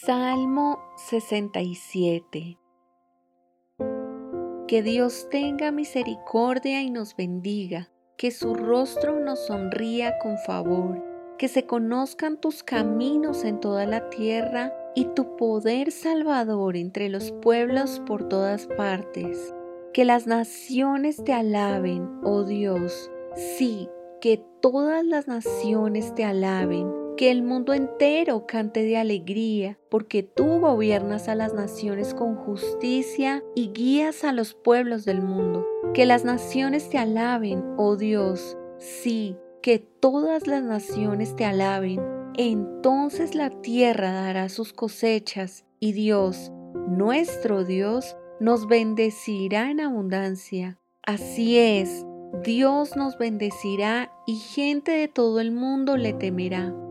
Salmo 67. Que Dios tenga misericordia y nos bendiga, que su rostro nos sonría con favor, que se conozcan tus caminos en toda la tierra y tu poder salvador entre los pueblos por todas partes. Que las naciones te alaben, oh Dios, sí, que todas las naciones te alaben. Que el mundo entero cante de alegría, porque tú gobiernas a las naciones con justicia y guías a los pueblos del mundo. Que las naciones te alaben, oh Dios, sí, que todas las naciones te alaben. Entonces la tierra dará sus cosechas y Dios, nuestro Dios, nos bendecirá en abundancia. Así es, Dios nos bendecirá y gente de todo el mundo le temerá.